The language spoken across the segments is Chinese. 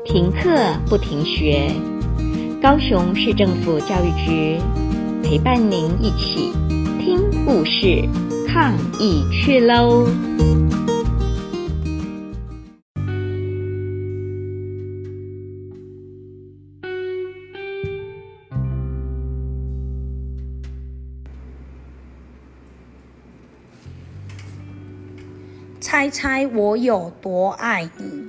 停课不停学，高雄市政府教育局陪伴您一起听故事，抗疫去喽！ 猜猜我有多爱你。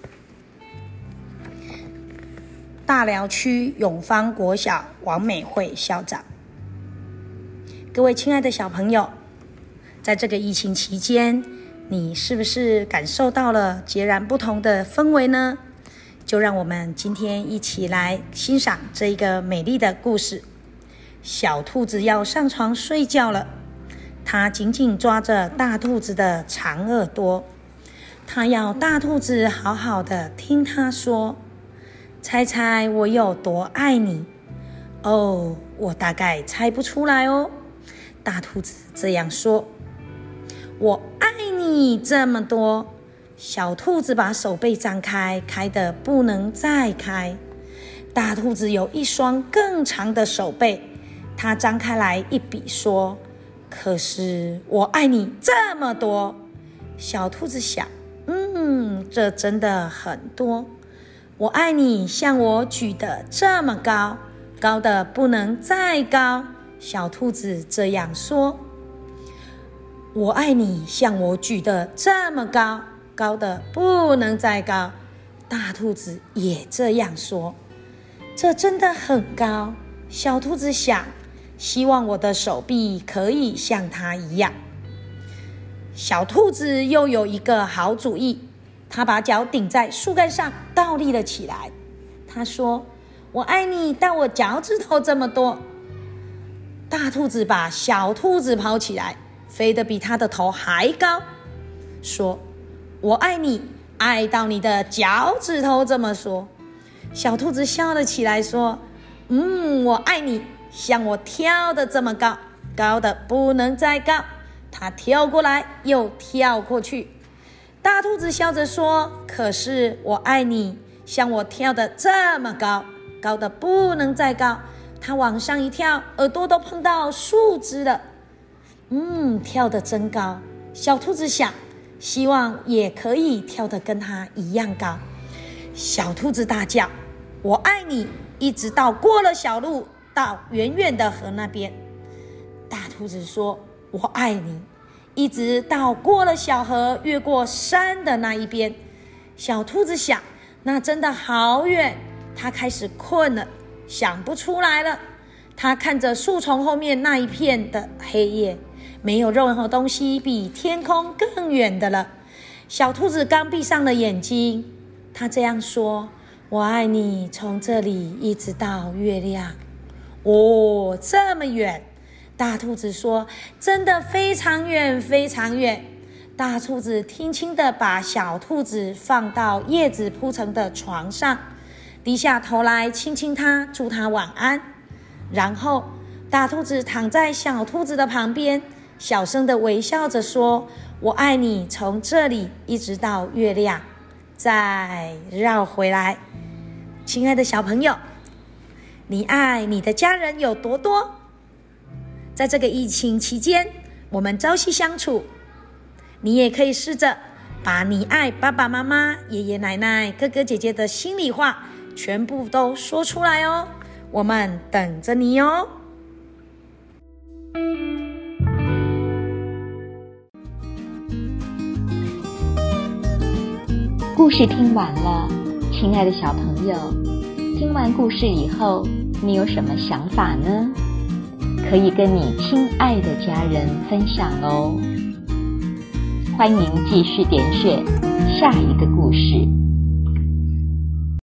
大寮区永芳国小王美惠校长。各位亲爱的小朋友，在这个疫情期间，你是不是感受到了截然不同的氛围呢？就让我们今天一起来欣赏这一个美丽的故事。小兔子要上床睡觉了，它紧紧抓着大兔子的长耳朵，它要大兔子好好的听它说，猜猜我有多爱你？哦，我大概猜不出来哦。大兔子这样说，我爱你这么多。小兔子把手背张开，开得不能再开。大兔子有一双更长的手背，它张开来一比说，可是我爱你这么多。小兔子想，这真的很多。我爱你像我举得这么高，高的不能再高。小兔子这样说，我爱你像我举得这么高，高的不能再高。大兔子也这样说，这真的很高。小兔子想，希望我的手臂可以像它一样。小兔子又有一个好主意，它把脚顶在树干上倒立了起来。它说，我爱你到我脚趾头这么多。大兔子把小兔子跑起来，飞得比它的头还高，说，我爱你爱到你的脚趾头这么说。小兔子笑了起来说，我爱你像我跳得这么高，高的不能再高。它跳过来又跳过去。大兔子笑着说，可是我爱你像我跳得这么高，高的不能再高。它往上一跳，耳朵都碰到树枝了。跳得真高。小兔子想，希望也可以跳得跟它一样高。小兔子大叫，我爱你，一直到过了小路，到远远的河那边。大兔子说，我爱你，一直到过了小河，越过山的那一边。小兔子想，那真的好远。它开始困了，想不出来了。它看着树丛后面那一片的黑夜，没有任何东西比天空更远的了。小兔子刚闭上了眼睛，它这样说，我爱你从这里一直到月亮。哦，这么远。大兔子说，真的非常远非常远。大兔子轻轻地把小兔子放到叶子铺成的床上，低下头来亲亲它，祝它晚安。然后大兔子躺在小兔子的旁边，小声地微笑着说，我爱你从这里一直到月亮，再绕回来。亲爱的小朋友，你爱你的家人有多多？在这个疫情期间，我们朝夕相处，你也可以试着把你爱爸爸妈妈、爷爷奶奶、哥哥姐姐的心里话全部都说出来哦，我们等着你哦。 故事听完了，亲爱的小朋友，听完故事以后，你有什么想法呢？可以跟你亲爱的家人分享哦。欢迎继续点选下一个故事。